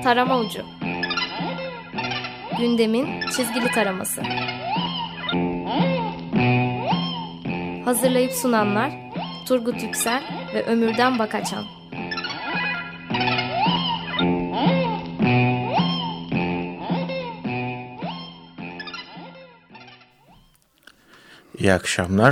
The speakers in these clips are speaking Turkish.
Tarama Ucu. Gündemin çizgili taraması. Hazırlayıp sunanlar Turgut Yüksel ve Ömürden Bakaçan. İyi akşamlar.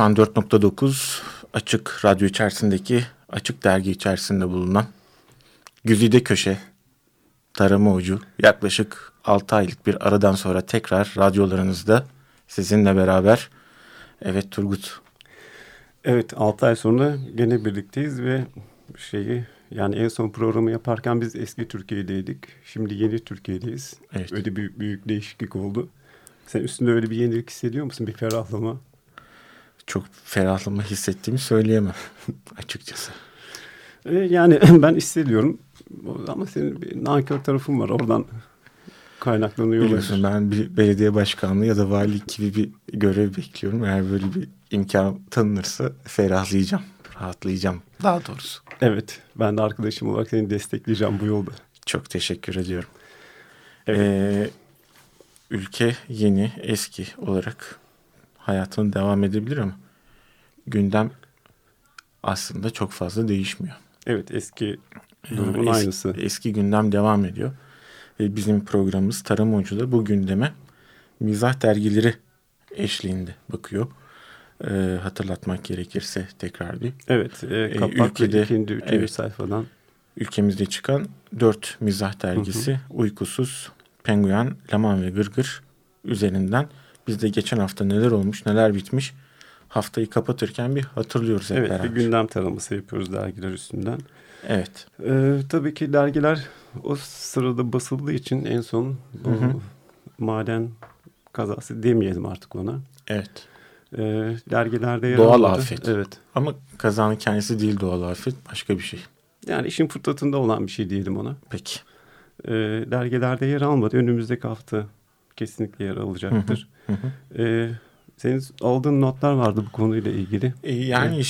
94.9 Açık Radyo içerisindeki Açık Dergi içerisinde bulunan Güzide Köşe Tarama Ucu yaklaşık 6 aylık bir aradan sonra tekrar radyolarınızda sizinle beraber. Evet Turgut. Evet, 6 ay sonra gene birlikteyiz ve yani en son programı yaparken biz eski Türkiye'deydik. Şimdi yeni Türkiye'deyiz. Evet. Öyle bir büyük değişiklik oldu. Sen üstünde öyle bir yenilik hissediyor musun? Bir ferahlama? Çok ferahlama hissettiğimi söyleyemem açıkçası. Yani ben hissediyorum. Ama senin bir nankör tarafın var. Oradan kaynaklanıyor. Biliyorsun ben bir belediye başkanlığı ya da valilik gibi bir görev bekliyorum. Eğer böyle bir imkan tanınırsa ferahlayacağım, rahatlayacağım daha doğrusu. Evet, ben de arkadaşım olarak seni destekleyeceğim bu yolda. Çok teşekkür ediyorum. Evet. Ülke yeni, eski olarak hayatını devam edebilir ama gündem aslında çok fazla değişmiyor. Evet, eski durumun aynısı. Eski gündem devam ediyor. Bizim programımız Tarama Ucu da bu gündeme mizah dergileri eşliğinde bakıyor. Hatırlatmak gerekirse tekrar bir. Evet, kapak ülkede, ikinci, üçüncü sayfadan. Ülkemizde çıkan 4 mizah dergisi Uykusuz, Penguen, Leman ve Gırgır üzerinden biz de geçen hafta neler olmuş, neler bitmiş haftayı kapatırken bir hatırlıyoruz hep beraber. Evet, bir gündem taraması yapıyoruz dergiler üstünden. Evet. Tabii ki dergiler o sırada basıldığı için en son bu maden kazası demeyelim artık ona. Evet. Dergilerde yer doğal almadı. afet. Evet. Ama kazanın kendisi değil doğal afet, başka bir şey. Yani işin fıtratında olan bir şey diyelim ona. Peki. Dergilerde yer almadı. Önümüzdeki hafta kesinlikle yer alacaktır. Senin aldığın notlar vardı bu konuyla ilgili. Yani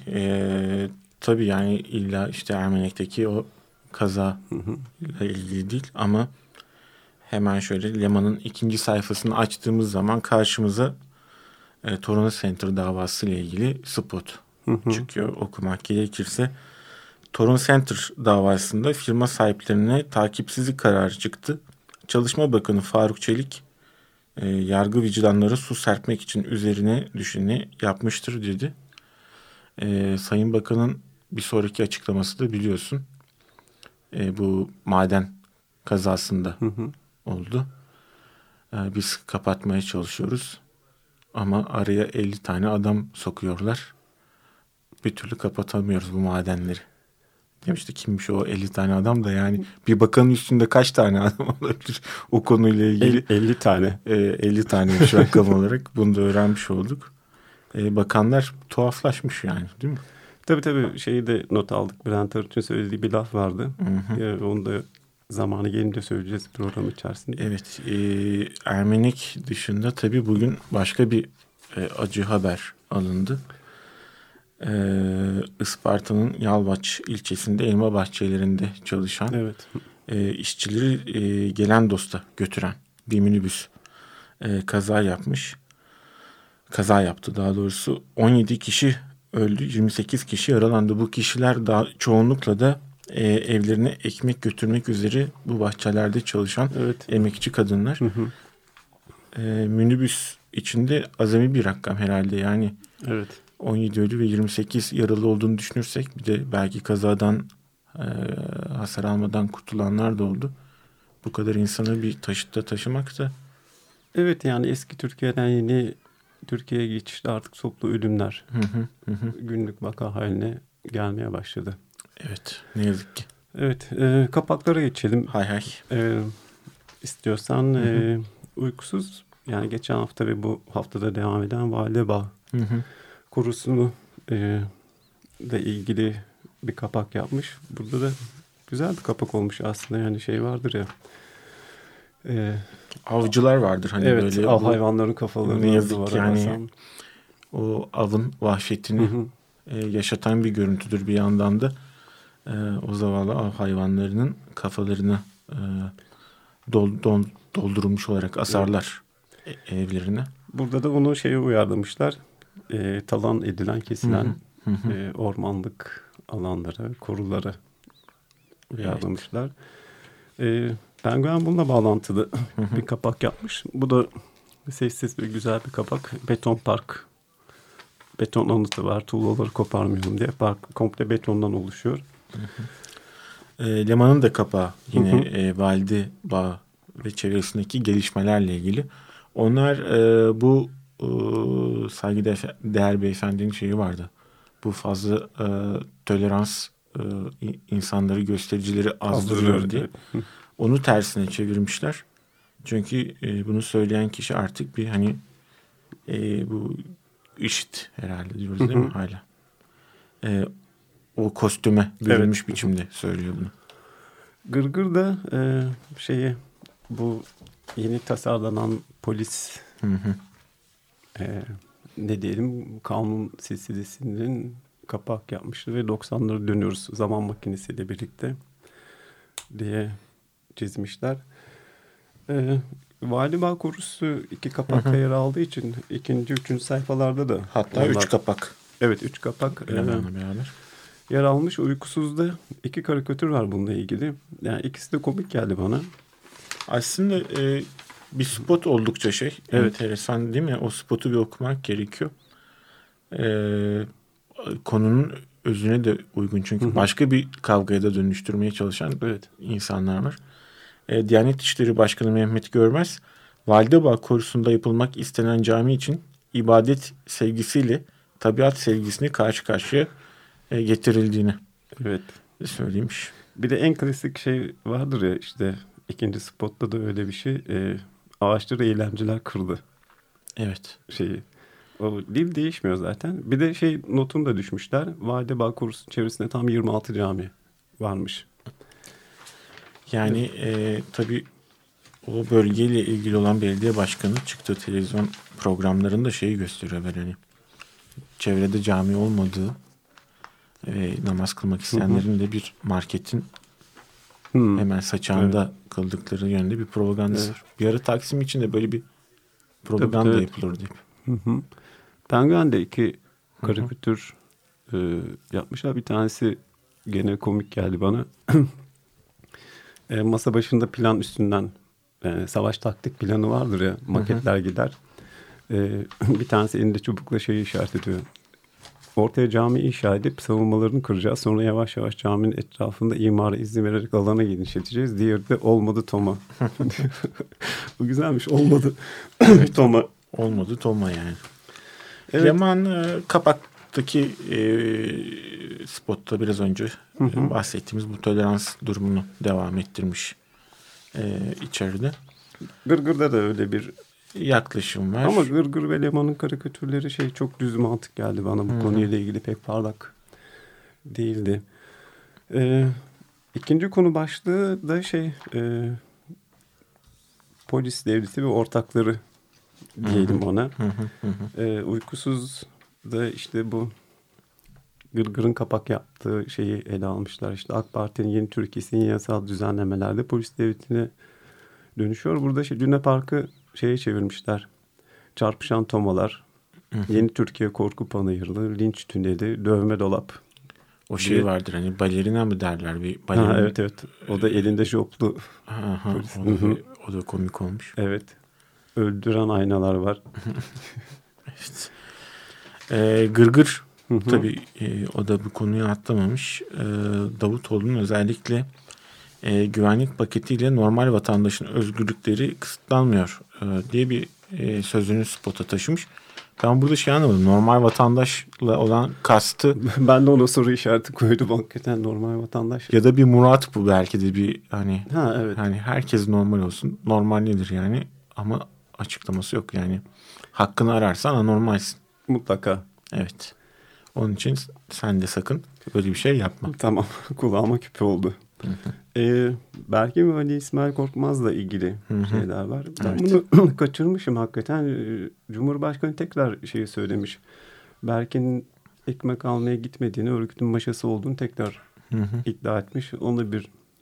tabii yani illa işte Ermenek'teki o kaza ile ilgili değil ama hemen şöyle Leman'ın ikinci sayfasını açtığımız zaman karşımıza Torona Center davası ile ilgili spot çıkıyor. Okumak gerekirse Torona Center davasında firma sahiplerine takipsizlik kararı çıktı. Çalışma Bakanı Faruk Çelik yargı vicdanları su serpmek için üzerine düşeni yapmıştır dedi. Sayın Bakan'ın bir sonraki açıklaması da biliyorsun bu maden kazasında oldu. Biz kapatmaya çalışıyoruz ama araya 50 tane adam sokuyorlar. Bir türlü kapatamıyoruz bu madenleri. Demişti kimmiş o 50 tane adam da yani bir bakanın üstünde kaç tane adam olabilir o konuyla ilgili? 50 tane. 50 taneymiş rakam olarak bunu da öğrenmiş olduk. Bakanlar tuhaflaşmış yani değil mi? Tabii şeyi de not aldık. Bülent Arınç'ın söylediği bir laf vardı. Onu da zamanı gelince söyleyeceğiz program içerisinde. Evet. Ermenek dışında tabii bugün başka bir acı haber alındı. Isparta'nın Yalvaç ilçesinde elma bahçelerinde çalışan işçileri Gelendos'ta götüren bir minibüs kaza yaptı daha doğrusu. 17 kişi öldü, 28 kişi yaralandı. Bu kişiler daha çoğunlukla da evlerine ekmek götürmek üzere bu bahçelerde çalışan emekçi kadınlar. Minibüs içinde azami bir rakam herhalde yani. Evet. 17 ölü ve 28 yaralı olduğunu düşünürsek bir de belki kazadan hasar almadan kurtulanlar da oldu. Bu kadar insanı bir taşıtta taşımak da. Evet yani eski Türkiye'den yeni Türkiye'ye geçişte artık toplu ölümler günlük vaka haline gelmeye başladı. Evet ne yazık ki. Evet kapaklara geçelim. Hay. İstiyorsan Uykusuz yani geçen hafta ve bu haftada devam eden Validebağ kurusunu da ilgili bir kapak yapmış. Burada da güzel bir kapak olmuş aslında yani vardır ya. Avcılar vardır hani böyle. Av hayvanların kafalarını ne yazık yani basan. O avın vahşetini yaşatan bir görüntüdür bir yandan da. O zavallı av hayvanlarının kafalarını doldurulmuş olarak asarlar evlerine. Burada da onu şeye uyarlamışlar. Talan edilen, kesilen ormanlık alanlara, korulara uyarlamışlar. Penguen bununla bağlantılı bir kapak yapmış. Bu da sessiz ve güzel bir kapak. Beton park. Beton anıtı var. Tuğlaları koparmayalım diye. Park komple betondan oluşuyor. Leman'ın da kapağı yine Valide Bağı ve çevresindeki gelişmelerle ilgili. Onlar bu saygıdeğer beyefendinin şeyi vardı. Bu fazla tolerans insanları, göstericileri azdırıyor diye. Onu tersine çevirmişler. Çünkü bunu söyleyen kişi artık bir hani bu IŞİD herhalde diyoruz değil mi hala? O kostüme bürünmüş biçimde söylüyor bunu. Gırgır da bu yeni tasarlanan polis ne diyelim kanun silsilesinin kapak yapmıştı ve 90'ları dönüyoruz zaman makinesiyle birlikte diye çizmişler. Valide Korusu 2 kapakta yer aldığı için 2. 3. sayfalarda da hatta 3 kapak. Evet 3 kapak yer almış. Uykusuz'da 2 karikatür var bununla ilgili. Yani ikisi de komik geldi bana. Aslında bir spot oldukça enteresan değil mi? O spotu bir okumak gerekiyor. Konunun özüne de uygun çünkü başka bir kavgaya da dönüştürmeye çalışan insanlar var. Diyanet İşleri Başkanı Mehmet Görmez, Validebağ Korusu'nda yapılmak istenen cami için ibadet sevgisiyle tabiat sevgisini karşı karşıya getirildiğini söylemiş. Bir de en klasik şey vardır ya işte ikinci spotta da öyle bir şey. Ağaçları eylemciler kırdı. Evet. O dil değişmiyor zaten. Bir de notunu da düşmüşler. Validebağ Korusu çevresinde tam 26 cami varmış. Yani tabii o bölgeyle ilgili olan belediye başkanı çıktığı televizyon programlarında şeyi gösteriyor böyle hani çevrede cami olmadığı ve namaz kılmak isteyenlerin de bir marketin hemen saçağında kıldıkları yönde bir propagandası var. Bir ara Taksim için de böyle bir propaganda yapılır deyip. Penguen'de 2 karikatür yapmışlar. Bir tanesi gene komik geldi bana. Masa başında plan üstünden savaş taktik planı vardır ya. Maketler gider. Bir tanesi elinde çubukla işaret ediyor. Ortaya cami inşa edip savunmalarını kıracağız. Sonra yavaş yavaş caminin etrafında imara izin vererek alana genişleteceğiz. Diğeri de olmadı Toma. Bu güzelmiş. Olmadı Toma. Olmadı Toma yani. Evet. Leman kapaktaki spotta biraz önce bahsettiğimiz bu tolerans durumunu devam ettirmiş içeride. Gırgır'da da öyle bir yaklaşım var. Ama Gırgır ve Leman'ın karikatürleri çok düz mantık geldi bana. Bu konuyla ilgili pek parlak değildi. İkinci konu başlığı da polis devleti ve ortakları diyelim ona. Uykusuz da işte bu Gırgır'ın kapak yaptığı şeyi ele almışlar. İşte AK Parti'nin yeni Türkiye'sinin yasal düzenlemelerde polis devletine dönüşüyor. Burada Luna Park'ı çevirmişler. Çarpışan tomalar, yeni Türkiye korku panayırlı, linç tüneli, dövme dolap. O vardır hani balerina mı derler bir balerina. Evet. O da elinde joplu. O da komik olmuş. Evet. Öldüren aynalar var. Evet. Gırgır tabii o da bu konuyu atlamamış. Davutoğlu'nun özellikle güvenlik paketiyle normal vatandaşın özgürlükleri kısıtlanmıyor diye bir sözünü spota taşımış. Ben burada anlamadım. Normal vatandaşla olan kastı. Ben de ona soru işareti koydum hakikaten normal vatandaş. Ya da bir murat bu belki de bir hani. Evet. Hani herkes normal olsun. Normal nedir yani? Ama açıklaması yok yani. Hakkını ararsan anormalsin. Mutlaka. Evet. Onun için sen de sakın böyle bir şey yapma. Tamam. Kulağıma küpe oldu. Belki Ali İsmail Korkmaz'la ilgili şeyler var. Ben bunu kaçırmışım hakikaten. Cumhurbaşkanı tekrar söylemiş. Berkin'in ekmek almaya gitmediğini, örgütün maşası olduğunu tekrar iddia etmiş. Onu bir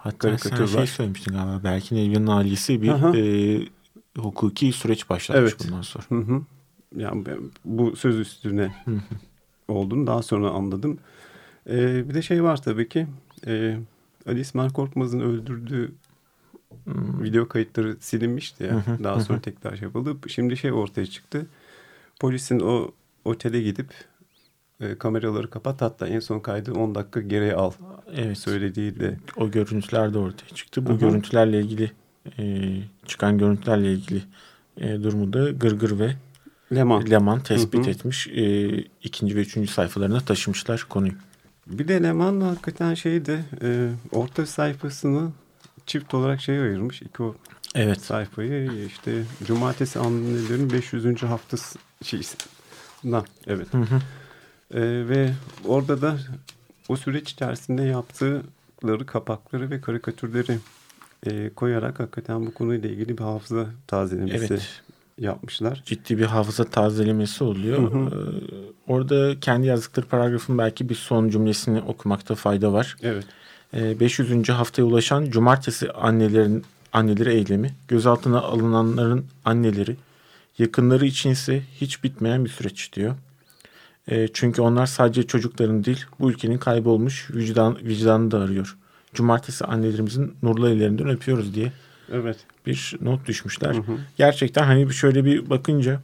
Hatta sen karikatür var. söylemiştin galiba. Berkin Elvan'ın ailesi bir hukuki süreç başlatmış bundan sonra. Hı. Yani bu söz üstüne olduğunu daha sonra anladım. Bir de şey var tabii ki. Ali İsmail Korkmaz'ın öldürdüğü video kayıtları silinmişti ya. Daha sonra tekrar yapıldı. Şimdi şey ortaya çıktı. Polisin o otele gidip kameraları kapat, hatta en son kaydı 10 dakika geriye al. Evet. Söylediği de. O görüntüler de ortaya çıktı. Bu görüntülerle ilgili çıkan görüntülerle ilgili durumu da Gırgır ve Leman tespit etmiş. İkinci ve üçüncü sayfalarına taşımışlar konuyu. Bir de Leman hakikaten şeydi, orta sayfasını çift olarak ayırmış. İki sayfayı işte Cumartesi Annelerin 500. haftası evet. Ve orada da o süreç içerisinde yaptıkları kapakları ve karikatürleri koyarak hakikaten bu konuyla ilgili bir hafıza tazelemesi yapmışlar. Ciddi bir hafıza tazelemesi oluyor. Orada kendi yazdıkları paragrafın belki bir son cümlesini okumakta fayda var. Evet. 500. haftaya ulaşan Cumartesi anneleri eylemi, gözaltına alınanların anneleri, yakınları için ise hiç bitmeyen bir süreç diyor. Çünkü onlar sadece çocukların değil, bu ülkenin kaybolmuş vicdanını da arıyor. Cumartesi annelerimizin nurlu ellerinden öpüyoruz diye bir not düşmüşler. Gerçekten hani şöyle bir bakınca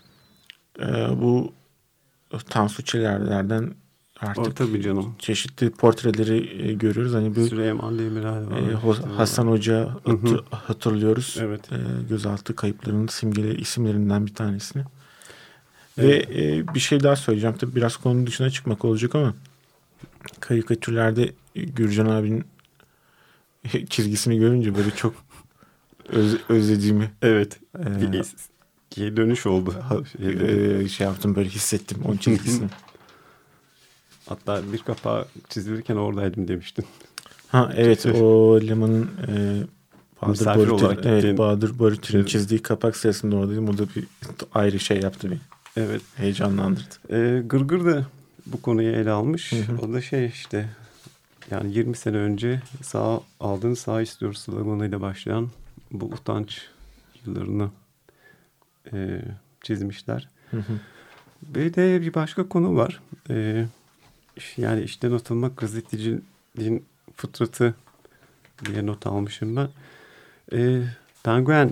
bu Tansu Çiller'lerden artık çeşitli portreleri görüyoruz. Hani bu Süleyman Demirel var. Hasan Hoca hatırlıyoruz. Evet. Gözaltı kayıplarının isimlerinden bir tanesini. Evet. Ve bir şey daha söyleyeceğim. Tabii biraz konunun dışına çıkmak olacak ama karikatürlerde Gürcan abinin çizgisini görünce böyle çok özlediğimi bir dönüş oldu. Şey yaptım, böyle hissettim onun çizgisini. Hatta bir kapağı çizilirken oradaydım demiştin. Evet, o Leman'ın Bahadır Barut'un çizdiği kapak sırasında oradaydım. O da bir ayrı şey yaptı beni. Evet. Heyecanlandırdı. Gırgır da bu konuyu ele almış. O da işte yani 20 sene önce sağ istiyoruz sloganıyla başlayan bu utanç yıllarını çizmişler. Ve de bir başka konu var. Yani işten atılmak gazeteciliğin fıtratı diye not almışım ben. Penguen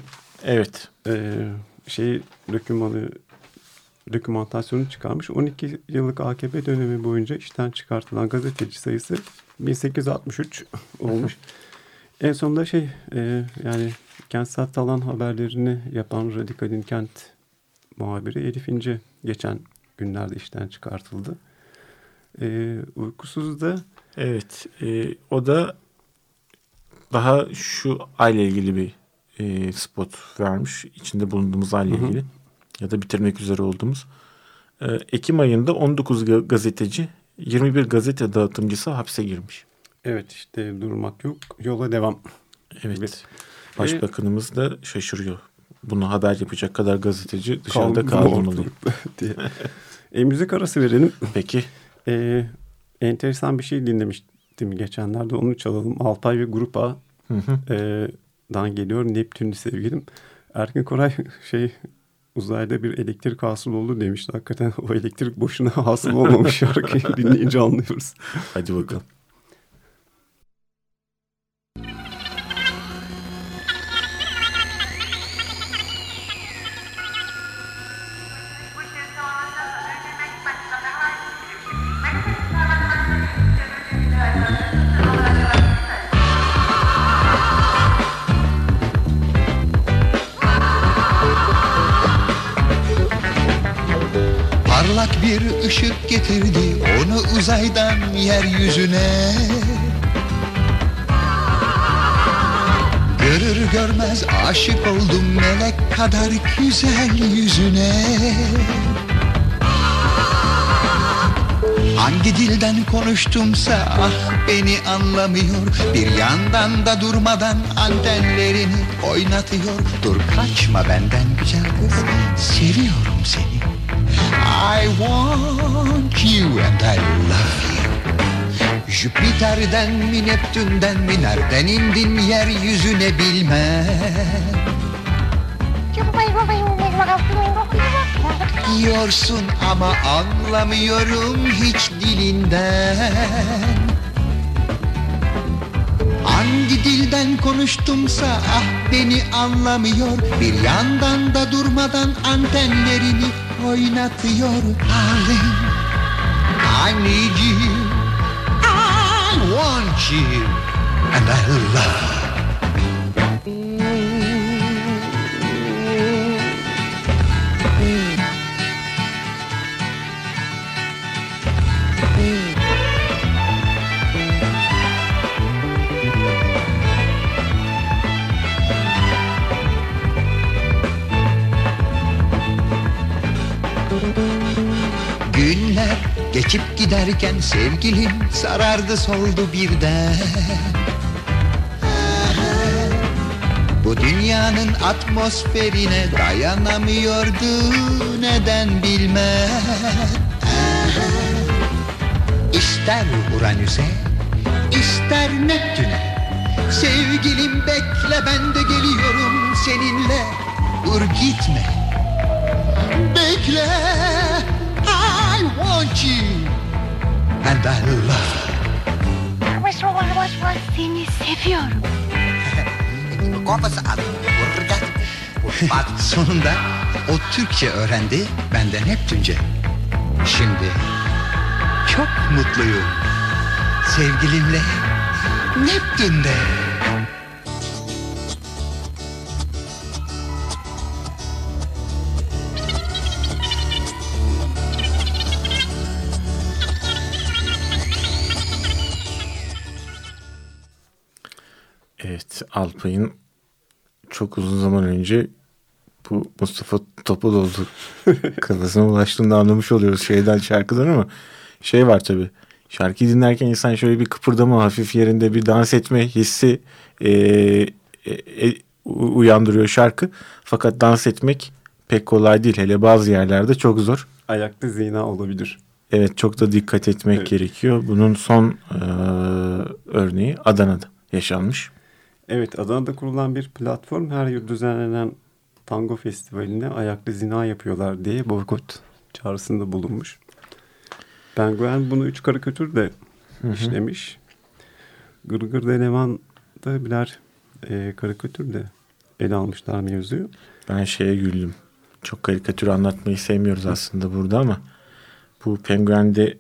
dokümantasyonu çıkarmış. 12 yıllık AKP dönemi boyunca işten çıkartılan gazeteci sayısı 1863 olmuş. En sonunda yani kentsel talan haberlerini yapan Radikal'in kent muhabiri Elif İnce geçen günlerde işten çıkartıldı. Uykusuz da o da daha şu aile ilgili bir spot vermiş. İçinde bulunduğumuz aile ilgili ya da bitirmek üzere olduğumuz. Ekim ayında 19 gazeteci, 21 gazete dağıtımcısı hapse girmiş. Evet, işte durmak yok, yola devam. Evet. Başbakanımız da şaşırıyor. Bunu haber yapacak kadar gazeteci dışarıda kalmalı diye. Müzik arası verelim. Peki. Enteresan bir şey dinlemiştim geçenlerde. Onu çalalım. Alpay ve Grup A'dan geliyor. Neptünlü sevgilim. Erkin Koray uzayda bir elektrik hasıl oldu demişti. Hakikaten o elektrik boşuna hasıl olmamış, şarkıyı dinleyince anlıyoruz. Hadi bakalım. Parlak bir ışık getirdi onu uzaydan yeryüzüne. Görür görmez aşık oldum melek kadar güzel yüzüne. Hangi dilden konuştumsa beni anlamıyor. Bir yandan da durmadan antenlerini oynatıyor. Dur kaçma benden güzel kız, seviyorum seni. I want you and I love you. Jüpiter'den mi Neptün'den mi nereden indin yeryüzüne bilmem. Diyorsun ama anlamıyorum hiç dilinden. Hangi dilden konuştumsa ah beni anlamıyor. Bir yandan da durmadan antenlerini oynatıyor. Darling, I need you, I want you, and I love. Günler geçip giderken sevgilim sarardı soldu birden. Bu dünyanın atmosferine dayanamıyordu neden bilmem. İster Uranüs'e ister Neptün'e, sevgilim bekle ben de geliyorum seninle. Dur gitme, bekle. I want you and I love. Seni seviyorum. Bak sonunda o Türkçe öğrendi, ben de Neptünce. Şimdi çok mutluyum sevgilimle Neptün'de. Evet, Alpay'ın çok uzun zaman önce bu Mustafa Topaloğlu kafasına ulaştığını anlamış oluyoruz şeyden, şarkıdan, ama şey var tabii. Şarkıyı dinlerken insan şöyle bir kıpırdama, hafif yerinde bir dans etme hissi uyandırıyor şarkı. Fakat dans etmek pek kolay değil. Hele bazı yerlerde çok zor. Ayakta zina olabilir. Evet, çok da dikkat etmek gerekiyor. Bunun son örneği Adana'da yaşanmış. Evet, Adana'da kurulan bir platform her yıl düzenlenen tango festivaline ayakta zina yapıyorlar diye boykot çağrısında bulunmuş. Penguen bunu 3 karikatür de işlemiş. Gırgır Deleman'da birer karikatür de ele almışlar mevzuyu. Ben şeye güldüm. Çok karikatür anlatmayı sevmiyoruz aslında burada ama bu Penguen'de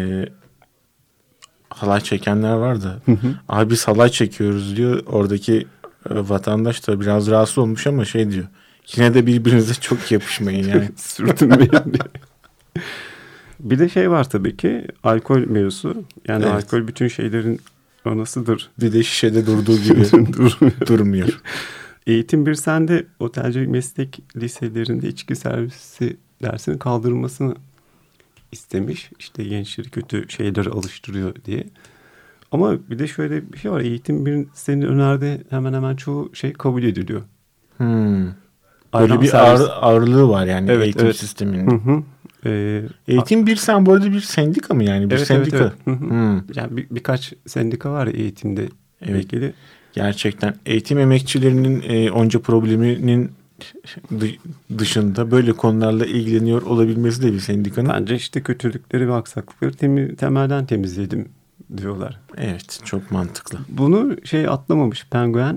halay çekenler var da abi biz halay çekiyoruz diyor. Oradaki vatandaş da biraz rahatsız olmuş ama şey diyor. Yine de birbirinize çok yapışmayın yani. Sürtünmeyin diye. Bir de şey var tabii ki, alkol mevzusu. Yani evet. Alkol bütün şeylerin anasıdır. Bir de şişede durduğu gibi durmuyor. Eğitim bir sende otelcilik meslek liselerinde içki servisi dersinin kaldırılmasını istemiş. İşte gençleri kötü şeylere alıştırıyor diye. Ama bir de şöyle bir şey var. Eğitim bir senin öneride hemen hemen çoğu şey kabul ediliyor. Böyle bir ağırlığı var yani eğitim sisteminin. Eğitim bir sen bu arada bir sendika mı yani? Bir sendika. Evet. Yani birkaç sendika var eğitimde ilgili. Gerçekten eğitim emekçilerinin onca probleminin dışında böyle konularla ilgileniyor olabilmesi de bir sendikanın. Bence işte kötülükleri ve aksaklıkları temelden temizledim diyorlar. Evet, çok mantıklı. Bunu atlamamış Penguen.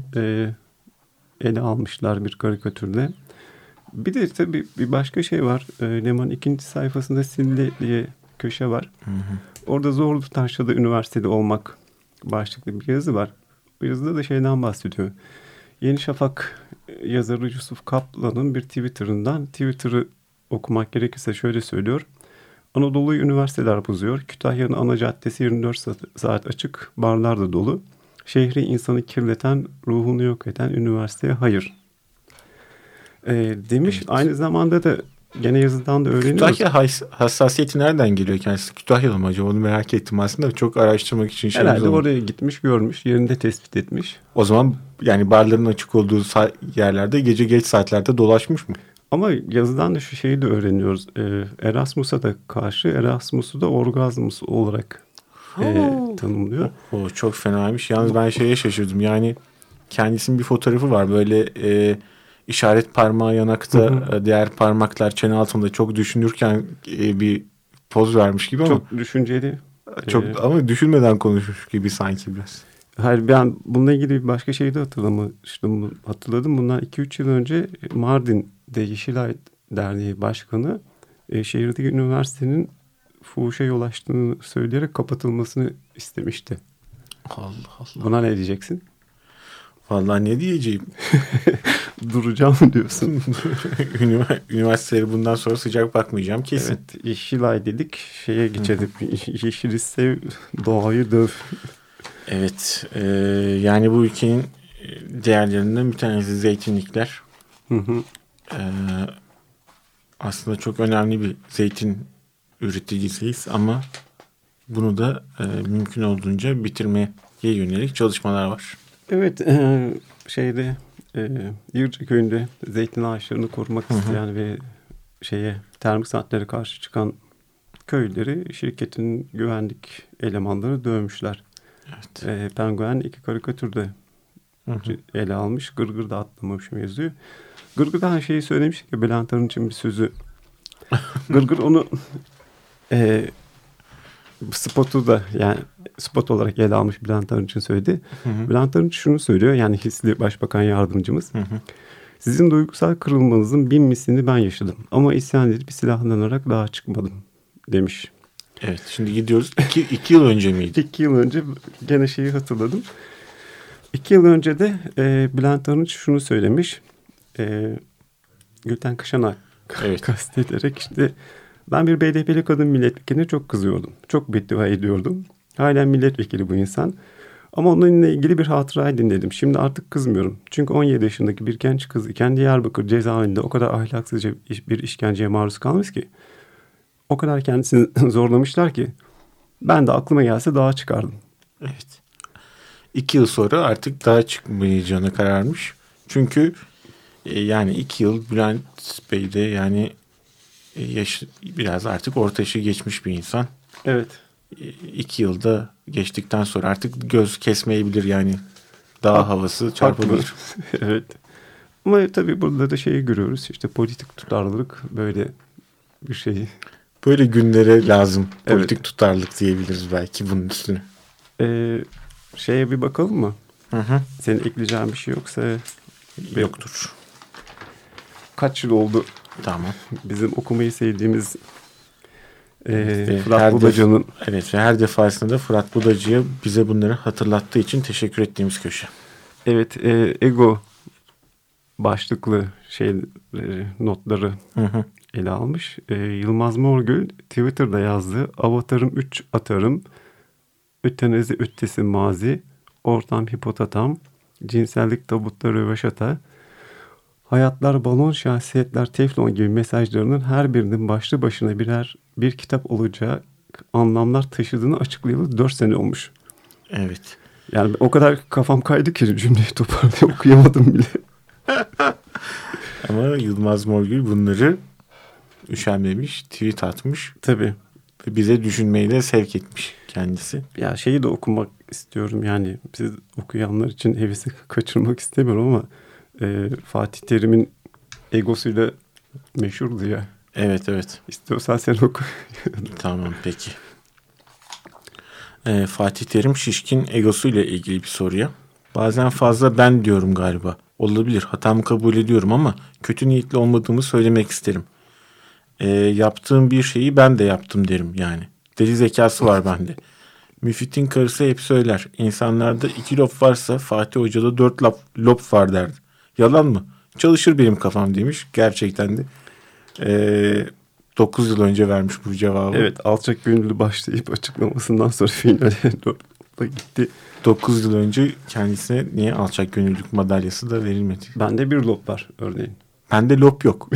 Ele almışlar bir karikatürde. Bir de tabii bir başka şey var. Leman'ın 2. sayfasında Sille diye köşe var. Orada Zorlu Taşra'da üniversitede olmak başlıklı bir yazı var. Bu yazıda da şeyden bahsediyor. Yeni Şafak yazarı Yusuf Kaplan'ın bir Twitter'ı okumak gerekirse şöyle söylüyor. Anadolu'yu üniversiteler bozuyor. Kütahya'nın ana caddesi 24 saat açık. Barlar da dolu. Şehri insanı kirleten, ruhunu yok eden üniversiteye hayır. Demiş. Evet. Aynı zamanda da gene yazıdan da öğreniyoruz. Kütahya hassasiyeti nereden geliyor kendisi? Kütahya'da mı acaba? Onu merak ettim aslında. Çok araştırmak için. Herhalde oraya gitmiş, görmüş, yerinde tespit etmiş. O zaman yani barların açık olduğu yerlerde gece geç saatlerde dolaşmış mı? Ama yazıdan da şu şeyi de öğreniyoruz. Erasmus'a da karşı, Erasmus'u da orgazmus olarak tanımlıyor. O çok fenaymış. Yalnız ben şeye şaşırdım. Yani kendisinin bir fotoğrafı var. Böyle işaret parmağı yanakta, diğer parmaklar çene altında çok düşünürken bir poz vermiş gibi ama. Çok düşünceli. Çok ama düşünmeden konuşmuş gibi sanki biraz. Hayır, ben bununla ilgili bir başka şeyi de hatırladım. Bundan 2-3 yıl önce Mardin'de Yeşilay Derneği Başkanı şehirdeki üniversitenin fuhuşa yol açtığını söyleyerek kapatılmasını istemişti. Allah Allah. Buna ne diyeceksin? Vallahi ne diyeceğim? Duracağım mı diyorsun? Üniversitelere bundan sonra sıcak bakmayacağım kesin. Evet, Yeşilay dedik, şeye geçelim. Yeşili sev, doğayı döv. Evet, yani bu ülkenin değerlerinden bir tanesi zeytinlikler. Aslında çok önemli bir zeytin üreticisiyiz ama bunu da mümkün olduğunca bitirmeye yönelik çalışmalar var. Evet, Yırca köyünde zeytin ağaçlarını korumak isteyen ve termik santrallere karşı çıkan köyleri şirketin güvenlik elemanları dövmüşler. Evet. Penguen 2 karikatürde ele almış. Gırgır da atlamamış mevzuyu. Gırgır'dan şeyi söylemiş ki Bülent Arınç'ın bir sözü. Gırgır onu spotu da yani spot olarak ele almış Bülent Arınç'ın söyledi. Bülent Arınç şunu söylüyor, yani hisli başbakan yardımcımız. Sizin duygusal kırılmanızın 1000 mislini ben yaşadım. Ama isyan edip silahlanarak daha çıkmadım demiş. Evet, şimdi gidiyoruz. 2 yıl önce miydi? 2 yıl önce gene şeyi hatırladım. 2 yıl önce de Bülent Arınç şunu söylemiş. Gülten Kışan'a kastederek işte ben bir BDP'li kadın milletvekiline çok kızıyordum. Çok beddua ediyordum. Halen milletvekili bu insan. Ama onunla ilgili bir hatırayı dinledim. Şimdi artık kızmıyorum. Çünkü 17 yaşındaki bir genç kız iken Diyarbakır cezaevinde o kadar ahlaksızca bir işkenceye maruz kalmış ki. O kadar kendisini zorlamışlar ki ben de aklıma gelse dağa çıkardım. Evet. 2 yıl sonra artık dağa çıkmayacağına kararmış. Çünkü yani 2 yıl Bülent Bey de yani biraz artık orta yaşı geçmiş bir insan. Evet. 2 yılda geçtikten sonra artık göz kesmeyebilir yani. Dağ havası çarpabilir. Evet. Ama tabii burada da şeyi görüyoruz. İşte politik tutarlılık böyle bir şey. Böyle günlere lazım. Politik tutarlılık diyebiliriz belki bunun üstüne. Şeye bir bakalım mı? Senin ekleyeceğin bir şey yoksa? Yoktur. Kaç yıl oldu? Tamam. Bizim okumayı sevdiğimiz Fırat Budacı'nın. Evet, ve her defasında da Fırat Budacı'ya bize bunları hatırlattığı için teşekkür ettiğimiz köşe. Evet, ego başlıklı notları ele almış. Yılmaz Morgül Twitter'da yazdı. Avatarım 3 atarım. Ötenezi ötesi mazi. Ortam hipotatam. Cinsellik tabutta röveşata. Hayatlar balon, şahsiyetler teflon gibi mesajlarının her birinin başlı başına bir kitap olacağı anlamlar taşıdığını açıklayalı 4 sene olmuş. Evet. Yani o kadar kafam kaydı ki cümleyi toparlayıp okuyamadım bile. Ama Yılmaz Morgül bunları üşenmemiş, tweet atmış. Tabii. Ve bize düşünmeyi de sevk etmiş kendisi. Ya şeyi de okumak istiyorum, yani siz okuyanlar için hevesi kaçırmak istemiyorum ama Fatih Terim'in egosuyla meşhurdu ya. Evet, evet. İstiyorsan sen oku. Tamam, peki. Fatih Terim şişkin egosuyla ilgili bir soruya. Bazen fazla ben diyorum galiba. Olabilir, hatamı kabul ediyorum ama kötü niyetli olmadığımı söylemek isterim. Yaptığım bir şeyi ben de yaptım derim yani. Deli zekası var bende. Müfit'in karısı hep söyler. İnsanlarda 2 lob varsa Fatih Hoca'da 4 lob var derdi. Yalan mı? Çalışır benim kafam demiş. Gerçekten de 9 yıl önce vermiş bu cevabı. Evet, alçak gönüllü başlayıp açıklamasından sonra finale gitti. 9 yıl önce kendisine niye alçak gönüllülük madalyası da verilmedi? Bende 1 lob var örneğin. Bende lob yok.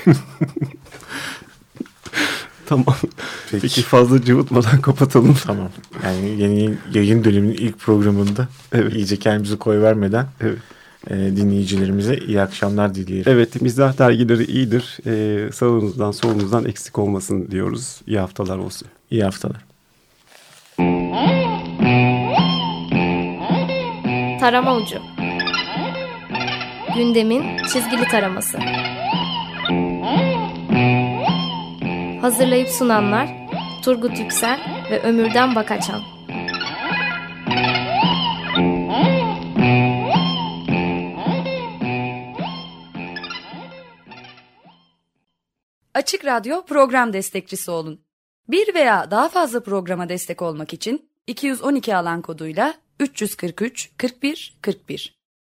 Tamam. Peki fazla cıvıtmadan kapatalım. Tamam. Yani yeni yayın döneminin ilk programında iyice kendimizi koyvermeden dinleyicilerimize iyi akşamlar dileyelim. Evet, mizah dergileri iyidir. Sağınızdan solunuzdan eksik olmasın diyoruz. İyi haftalar olsun. İyi haftalar. Tarama Ucu. Gündemin çizgili taraması. Hazırlayıp sunanlar Turgut Yüksel ve Ömürden Bakaçan. Açık Radyo program destekçisi olun. Bir veya daha fazla programa destek olmak için 212 alan koduyla 343 41 41